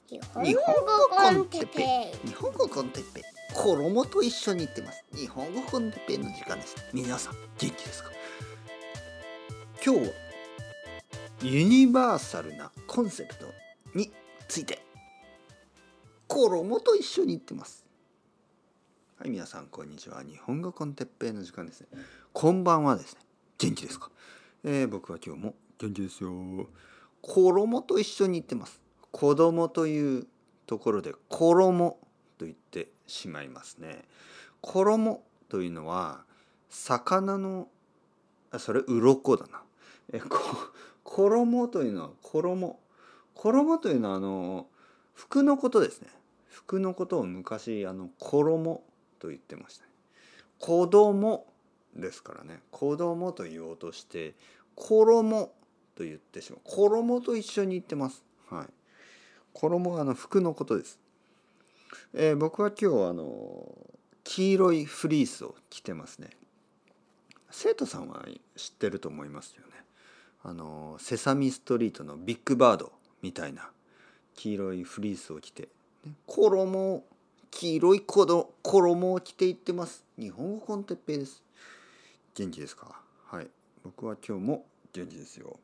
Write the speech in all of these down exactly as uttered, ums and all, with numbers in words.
日本語コンテッペイ。 日本語コンテッペイ。衣と一緒に言ってます。日本語コンテッペイの時間です。皆さん元気ですか？今日はユニバーサルなコンセプトについて衣と一緒に言ってます。はい、皆さんこんにちは。日本語コンテッペイの時間ですね。こんばんはですね。元気ですか？えー、僕は今日も元気ですよ。衣と一緒に言ってます。子供というところで衣と言ってしまいますね。衣というのは魚のあそれ鱗だな。えこ衣というのは衣衣というのはあの服のことですね。服のことを昔あの衣と言ってましたね。子供ですからね。子供と言おうとして衣と言ってしまう。衣と一緒に言ってます。はい。衣はあの服のことです。えー、僕は今日あの黄色いフリースを着てますね。生徒さんは知ってると思いますよね。あのセサミストリートのビッグバードみたいな黄色いフリースを着て、ね、衣黄色い衣を着ていってます。日本語コンテッペイです。元気ですか？はい。僕は今日も元気ですよ。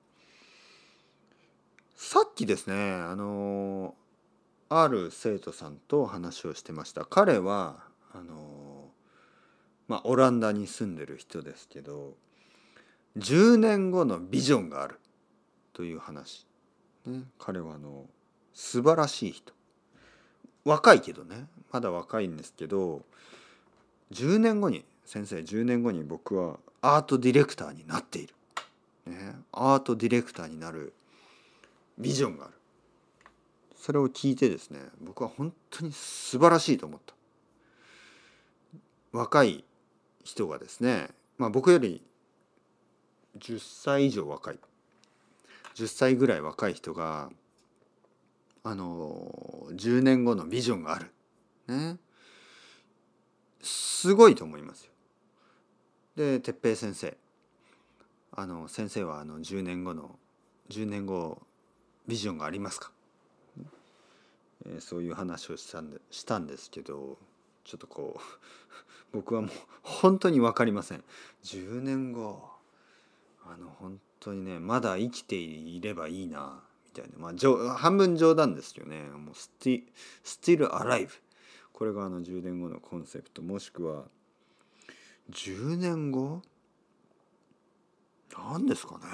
さっきですね、あのある生徒さんと話をしてました。彼はあのまあオランダに住んでる人ですけど、じゅうねんごのビジョンがあるという話、ね、彼はあの素晴らしい人、若いけどね、まだ若いんですけど、じゅうねんごに先生じゅうねんごに僕はアートディレクターになっている、ね、アートディレクターになるビジョンがある。それを聞いてですね、僕は本当に素晴らしいと思った。若い人がですね、まあ僕よりじゅっさい以上若い、じゅっさいぐらい若い人があのじゅうねんごのビジョンがある、ね、すごいと思いますよ。で、哲平先生、あの先生はあのじゅうねんごのじゅうねんごビジョンがありますか？えー、そういう話をしたんでしたんですけど、ちょっとこう僕はもう本当に分かりません。じゅうねんご、あの本当にね、まだ生きていればいいなみたいな、まあ半分冗談ですよね。もう still, still alive、 これがあのじゅうねんごのコンセプト。もしくはじゅうねんごなんですかね、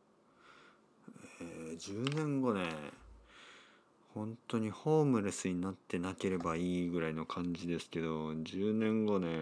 えー、じゅうねんごね、本当にホームレスになってなければいいぐらいの感じですけど、じゅうねんごね、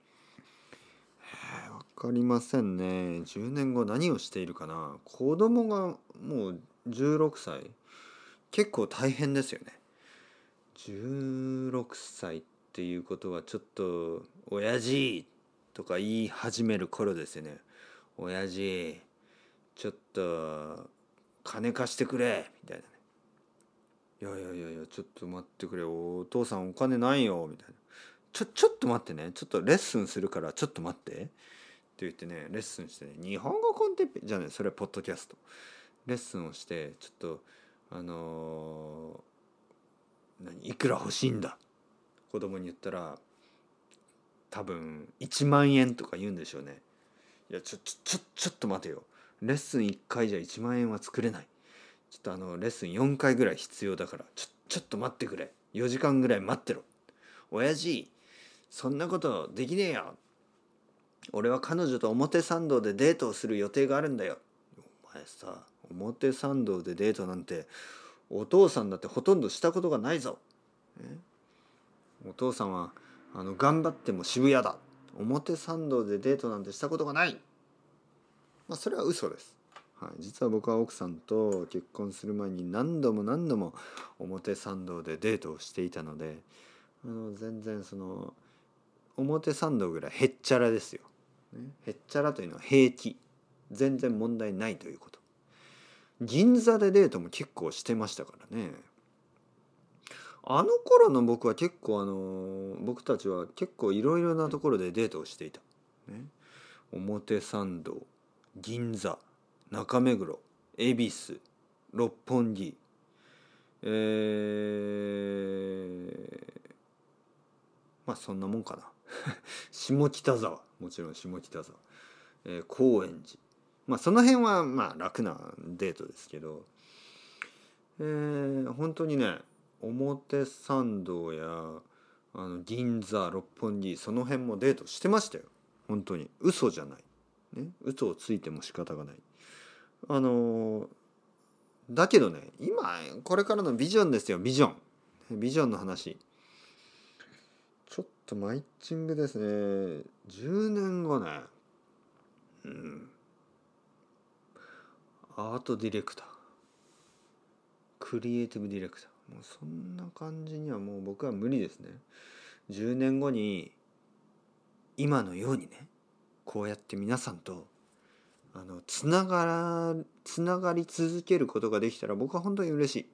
えー、分かりませんね。じゅうねんご何をしているかな。子供がもうじゅうろくさい、結構大変ですよね。じゅうろくさいっていうことはちょっと親父とか言い始める頃ですよね。親父ちょっと金貸してくれみたいなね。いやいやいやいや、ちょっと待ってくれ、お父さんお金ないよみたいな。ちょちょっと待ってね、ちょっとレッスンするからちょっと待ってって言ってね、レッスンしてね、日本語コンテッペじゃね、それはポッドキャストレッスンをして、ちょっとあのー、何いくら欲しいんだ子供に言ったら、多分いちまんえんとか言うんでしょうね。いやちょちょちょちょっと待てよ、レッスンいっかいじゃいちまんえんは作れない。ちょっとあのレッスンよんかいぐらい必要だから、ちょちょっと待ってくれ、よじかんぐらい待ってろ。親父そんなことできねえよ、俺は彼女と表参道でデートをする予定があるんだよ。お前さ、表参道でデートなんてお父さんだってほとんどしたことがないぞ。えお父さんはあの頑張っても渋谷だ、表参道でデートなんてしたことがない。まあそれは嘘です。はい、実は僕は奥さんと結婚する前に何度も何度も表参道でデートをしていたので、あの全然その表参道ぐらいへっちゃらですよ、ね、へっちゃらというのは平気、全然問題ないということ。銀座でデートも結構してましたからね。あの頃の僕は結構あの僕たちは結構いろいろなところでデートをしていた、ね、表参道、銀座、中目黒、恵比寿、六本木、 えー、まあそんなもんかな下北沢、もちろん下北沢、えー、高円寺、まあその辺はまあ楽なデートですけど、えー、本当にね、表参道やあの銀座六本木、その辺もデートしてましたよ。本当に嘘じゃない、ね、嘘をついても仕方がない。あのーだけどね、今これからのビジョンですよ。ビジョンビジョンの話、ちょっとマイチングですね。じゅうねんごね、うん、アートディレクター、クリエイティブディレクター、もうそんな感じにはもう僕は無理ですね。じゅうねんごに今のようにね、こうやって皆さんとあのつながらつながり続けることができたら僕は本当に嬉しい。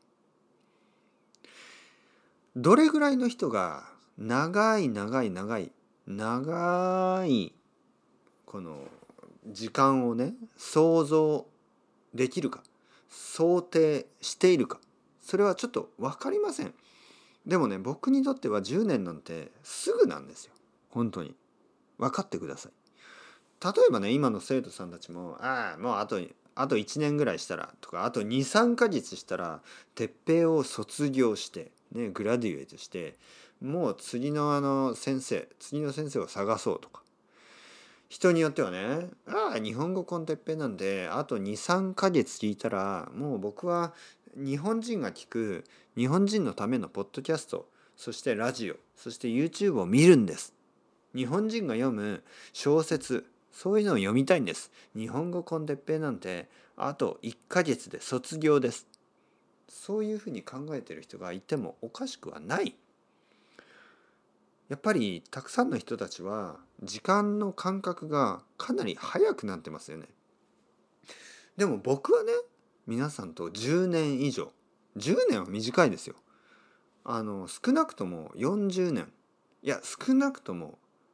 どれぐらいの人が長い長い長い長いこの時間をね想像できるか、想定しているか、それはちょっと分かりません。でもね、僕にとってはじゅうねんなんてすぐなんですよ。本当に分かってください。例えばね、今の生徒さんたちもああもうあとあといちねんぐらいしたらとか、あとにさんかげつしたら鉄平を卒業してね、グラデュエイトして、もう次のあの先生次の先生を探そうとか、人によってはね、ああ日本語コンテッペイなんであとにさんかげつ聞いたらもう僕は日本人が聞く日本人のためのポッドキャスト、そしてラジオ、そして YouTube を見るんです。日本人が読む小説、そういうのを読みたいんです。日本語コンテッペイなんてあといっかげつで卒業です。そういうふうに考えている人がいてもおかしくはない。やっぱりたくさんの人たちは時間の感覚がかなり早くなってますよね。でも僕はね、皆さんとじゅうねん以上、じゅうねんは短いですよ。あの少なくともよんじゅうねん、いや少なくとも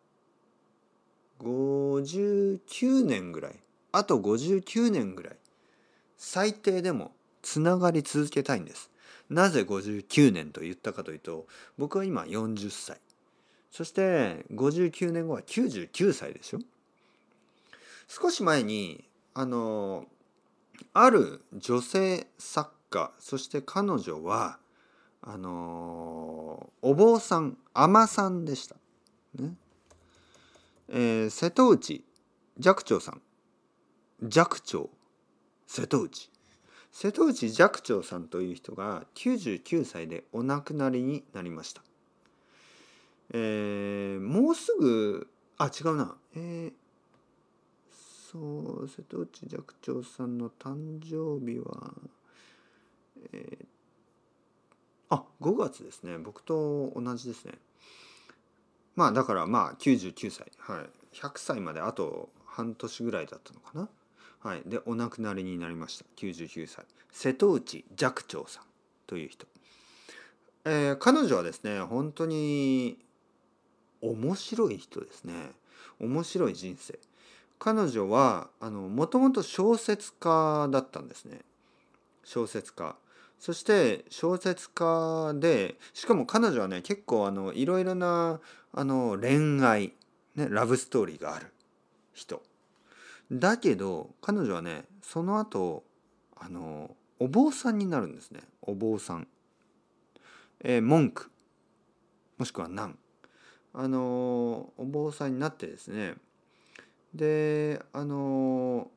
ごじゅうきゅうねんぐらい、あとごじゅうきゅうねんぐらい最低でもつながり続けたいんです。なぜごじゅうきゅうねんと言ったかというと、僕は今よんじゅっさい、そしてごじゅうきゅうねんごはきゅうじゅうきゅうさいでしょ。少し前にあのある女性作家、そして彼女はあのお坊さん、尼さんでした、ねえー、瀬戸内寂聴さん、寂聴瀬戸内瀬戸内寂聴さんという人がきゅうじゅうきゅうさいでお亡くなりになりました。えー、もうすぐあ違うな、えー、そう瀬戸内寂聴さんの誕生日は、えー、あごがつですね。僕と同じですね。まあだからまあきゅうじゅうきゅうさい、はい、ひゃくさいまであと半年ぐらいだったのかな。はい、でお亡くなりになりました。きゅうじゅうきゅうさい、瀬戸内寂聴さんという人、えー、彼女はですね本当に面白い人ですね。面白い人生。彼女はあのもともと小説家だったんですね。小説家、そして小説家で、しかも彼女はね結構あのいろいろなあの恋愛、ね、ラブストーリーがある人だけど、彼女はねその後あのお坊さんになるんですね。お坊さん、えー、文句もしくは難、あのお坊さんになってですね、であの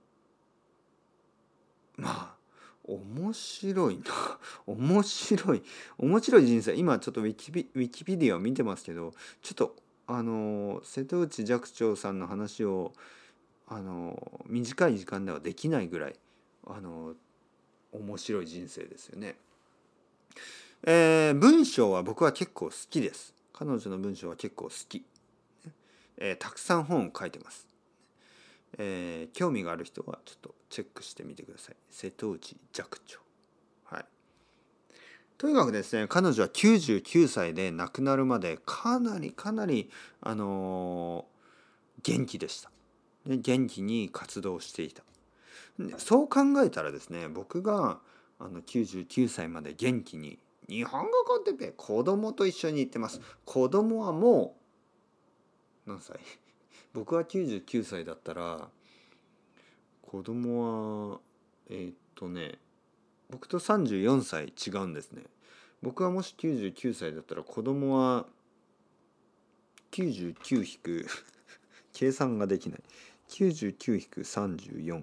まあ面白いな面白い面白い人生。今ちょっとウィキピ、ウィキペディアを見てますけど、ちょっとあの瀬戸内寂聴さんの話をあの短い時間ではできないぐらいあの面白い人生ですよね。えー、文章は僕は結構好きです。彼女の文章は結構好き、えー、たくさん本を書いてます。えー、興味がある人はちょっとチェックしてみてください。瀬戸内寂聴、はい。とにかくですね、彼女はきゅうじゅうきゅうさいで亡くなるまでかなりかなりあのー、元気でした。で元気に活動していた。そう考えたらですね、僕があのきゅうじゅうきゅうさいまで元気に日本語コンテッペイ子供と一緒に行ってます。子供はもう何歳僕はきゅうじゅうきゅうさいだったら子供はえー、っとね僕とさんじゅうよんさい違うんですね。僕はもしきゅうじゅうきゅうさいだったら子供はきゅうじゅうきゅう引く計算ができない。きゅうじゅうきゅう さんじゅうよん、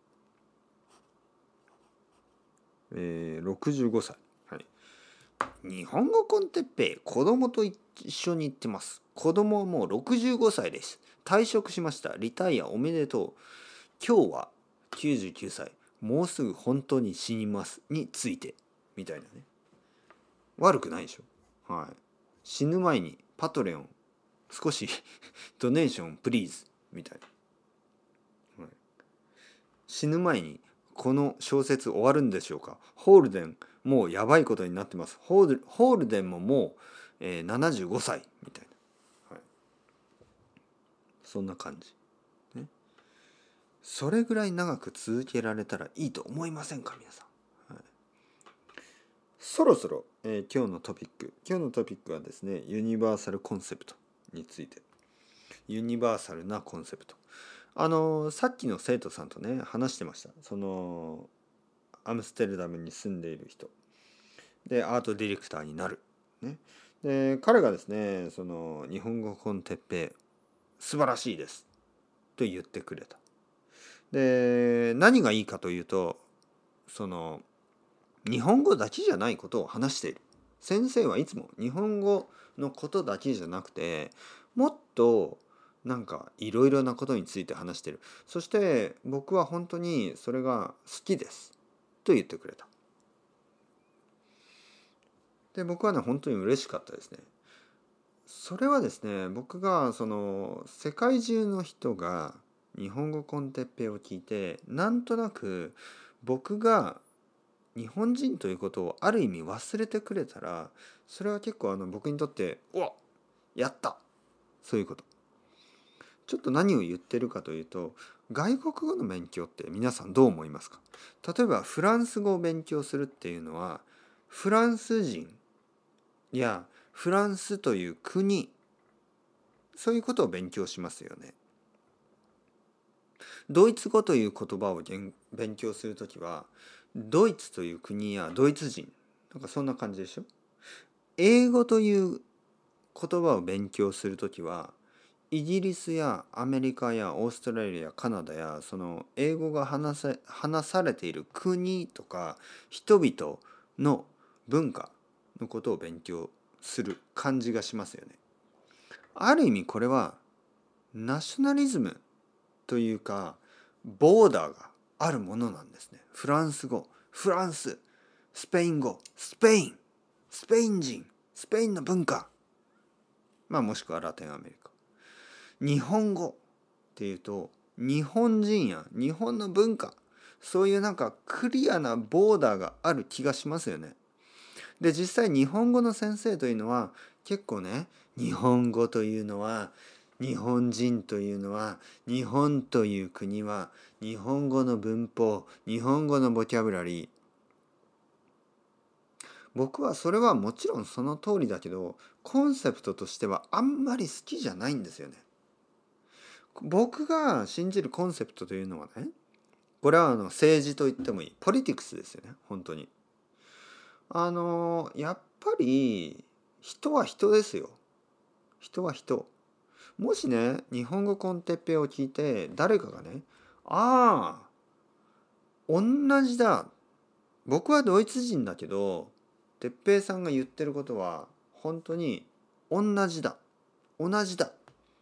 えー、ろくじゅうごさい、はい、日本語コンテッペイ子供と一緒に行ってます。子供はもうろくじゅうごさいです。退職しました。リタイアおめでとう。今日はきゅうじゅうきゅうさい、もうすぐ本当に死にますについてみたいなね。悪くないでしょ。はい。死ぬ前にパトレオン少しドネーションプリーズみたいな、はい、死ぬ前にこの小説終わるんでしょうか。ホールデンもうやばいことになってます。ホール、ホールデンももう、えー、ななじゅうごさいみたいな、はい、そんな感じ、ね、それぐらい長く続けられたらいいと思いませんか皆さん、はい、そろそろ、えー、今日のトピック今日のトピックはですねユニバーサルコンセプトについて。ユニバーサルなコンセプト、あのさっきの生徒さんとね話してました。そのアムステルダムに住んでいる人でアートディレクターになる、ね、で彼がですねその日本語コンテッペイ素晴らしいですと言ってくれた。で何がいいかというとその日本語だけじゃないことを話している。先生はいつも日本語のことだけじゃなくてもっとなんかいろいろなことについて話している。そして僕は本当にそれが好きですと言ってくれた。で僕はね本当に嬉しかったですね。それはですね僕がその世界中の人が日本語コンテッペイを聞いてなんとなく僕が日本人ということをある意味忘れてくれたらそれは結構あの僕にとってうわやったそういうこと。ちょっと何を言ってるかというと外国語の勉強って皆さんどう思いますか。例えばフランス語を勉強するっていうのはフランス人やフランスという国そういうことを勉強しますよね。ドイツ語という言葉を勉強するときはドイツという国やドイツ人なんかそんな感じでしょ。英語という言葉を勉強するときはイギリスやアメリカやオーストラリアカナダやその英語が話さ、話されている国とか人々の文化のことを勉強する感じがしますよね。ある意味これはナショナリズムというかボーダーがあるものなんですね。フランス語、フランス、スペイン語、スペイン、スペイン人、スペインの文化、まあもしくはラテンアメリカ。日本語っていうと日本人や日本の文化そういうなんかクリアなボーダーがある気がしますよね。で実際日本語の先生というのは結構ね日本語というのは日本人というのは日本という国は日本語の文法日本語のボキャブラリー僕はそれはもちろんその通りだけどコンセプトとしてはあんまり好きじゃないんですよね。僕が信じるコンセプトというのはねこれはあの政治と言ってもいいポリティクスですよね。本当にあのやっぱり人は人ですよ。人は人。もしね日本語コンテッペイを聞いて誰かがねああ同じだ僕はドイツ人だけど哲平さんが言ってることは本当に同じだ同じだ。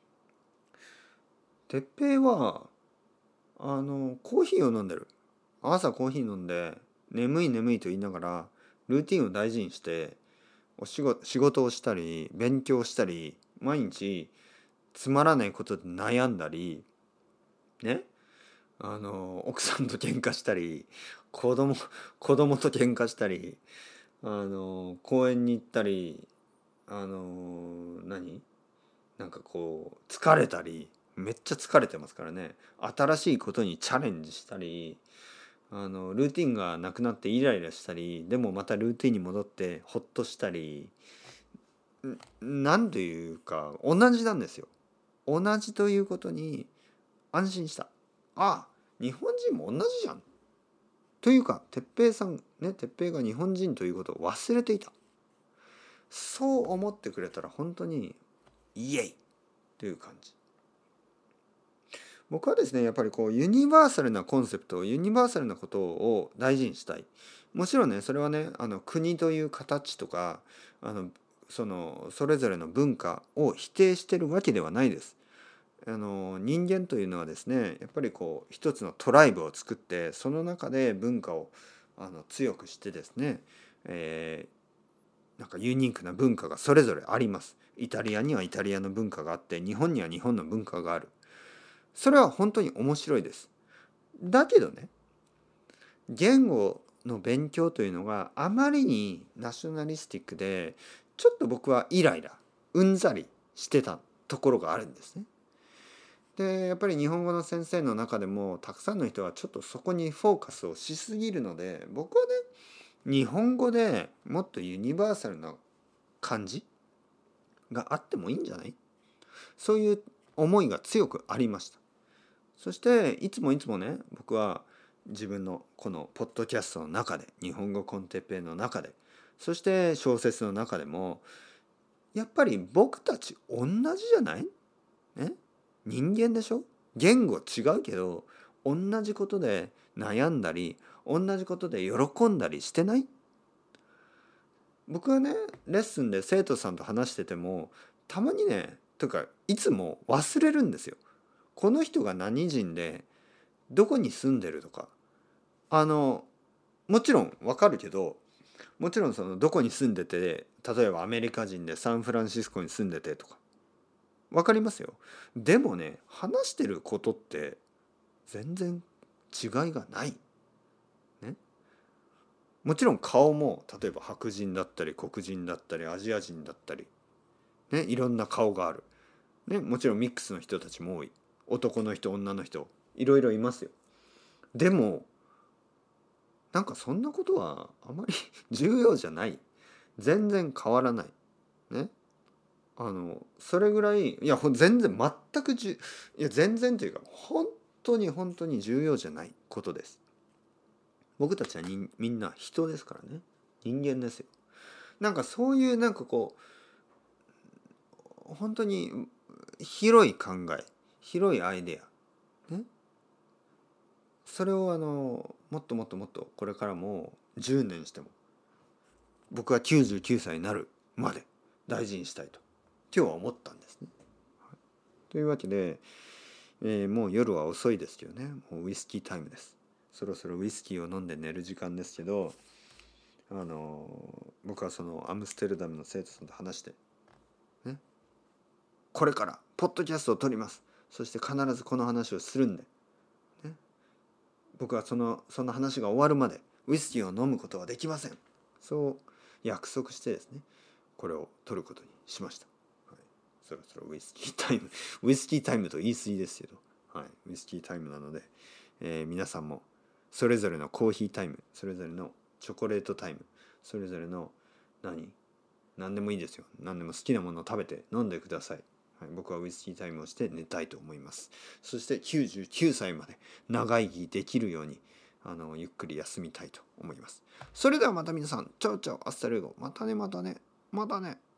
哲平はあのコーヒーを飲んでる。朝コーヒー飲んで眠い眠いと言いながらルーティンを大事にしてお仕事、仕事をしたり勉強したり毎日つまらないことで悩んだりねあの奥さんと喧嘩したり子供子供と喧嘩したりあの公園に行ったりあの何なんかこう疲れたりめっちゃ疲れてますからね新しいことにチャレンジしたりあのルーティンがなくなってイライラしたり、でもまたルーティンに戻ってホッとしたり、なんというか同じなんですよ。同じということに安心した。ああ、日本人も同じじゃん。というか哲平さんね、哲平が日本人ということを忘れていた。そう思ってくれたら本当にイエイという感じ。僕はですね、やっぱりこうユニバーサルなコンセプト、ユニバーサルなことを大事にしたい。もちろんね、それはね、あの国という形とか、あのそのそれぞれの文化を否定してるわけではないです。あの人間というのはですね、やっぱりこう一つのトライブを作って、その中で文化をあの強くしてですね、えー、なんかユニークな文化がそれぞれあります。イタリアにはイタリアの文化があって、日本には日本の文化がある。それは本当に面白いです。だけどね、言語の勉強というのがあまりにナショナリスティックで、ちょっと僕はイライラうんざりしてたところがあるんですね。でやっぱり日本語の先生の中でもたくさんの人はちょっとそこにフォーカスをしすぎるので、僕はね、日本語でもっとユニバーサルな感じがあってもいいんじゃない？そういう思いが強くありました。そしていつもいつもね、僕は自分のこのポッドキャストの中で、日本語コンテッペイの中で、そして小説の中でも、やっぱり僕たち同じじゃない？ね？人間でしょ？言語違うけど同じことで悩んだり、同じことで喜んだりしてない？僕はね、レッスンで生徒さんと話してても、たまにね、とかいつも忘れるんですよ。この人が何人でどこに住んでるとか、あのもちろんわかるけど、もちろんそのどこに住んでて、例えばアメリカ人でサンフランシスコに住んでてとかわかりますよ。でもね、話してることって全然違いがない、ね、もちろん顔も例えば白人だったり黒人だったりアジア人だったり、ね、いろんな顔がある、ね、もちろんミックスの人たちも多い。男の人女の人いろいろいますよ。でもなんかそんなことはあまり重要じゃない。全然変わらない。ね。あのそれぐらい、いや全然全くじゅいや全然というか本当に本当に重要じゃないことです。僕たちはにみんな人ですからね。人間ですよ。なんかそういうなんかこう本当に広い考え、広いアイデア、ね、それをあのもっともっともっとこれからもじゅうねんしても、僕はきゅうじゅうきゅうさいになるまで大事にしたいと今日は思ったんですね。というわけで、えー、もう夜は遅いですけどね、もうウイスキータイムです。そろそろウイスキーを飲んで寝る時間ですけど、あの僕はそのアムステルダムの生徒さんと話して、ね、これからポッドキャストを撮ります。そして必ずこの話をするんで、ね、僕はそのその話が終わるまでウイスキーを飲むことはできません。そう約束してですね、これを取ることにしました。はい、そろそろウイスキータイムウイスキータイムと言い過ぎですけど、はい、ウイスキータイムなので、えー、皆さんもそれぞれのコーヒータイム、それぞれのチョコレートタイム、それぞれの何何でもいいですよ。何でも好きなものを食べて飲んでください。はい、僕はウイスキータイムをして寝たいと思います。そしてきゅうじゅうきゅうさいまで長生きできるようにあのゆっくり休みたいと思います。それではまた皆さん、チャオチャオ、アスタルエゴ、またねまたねまたね。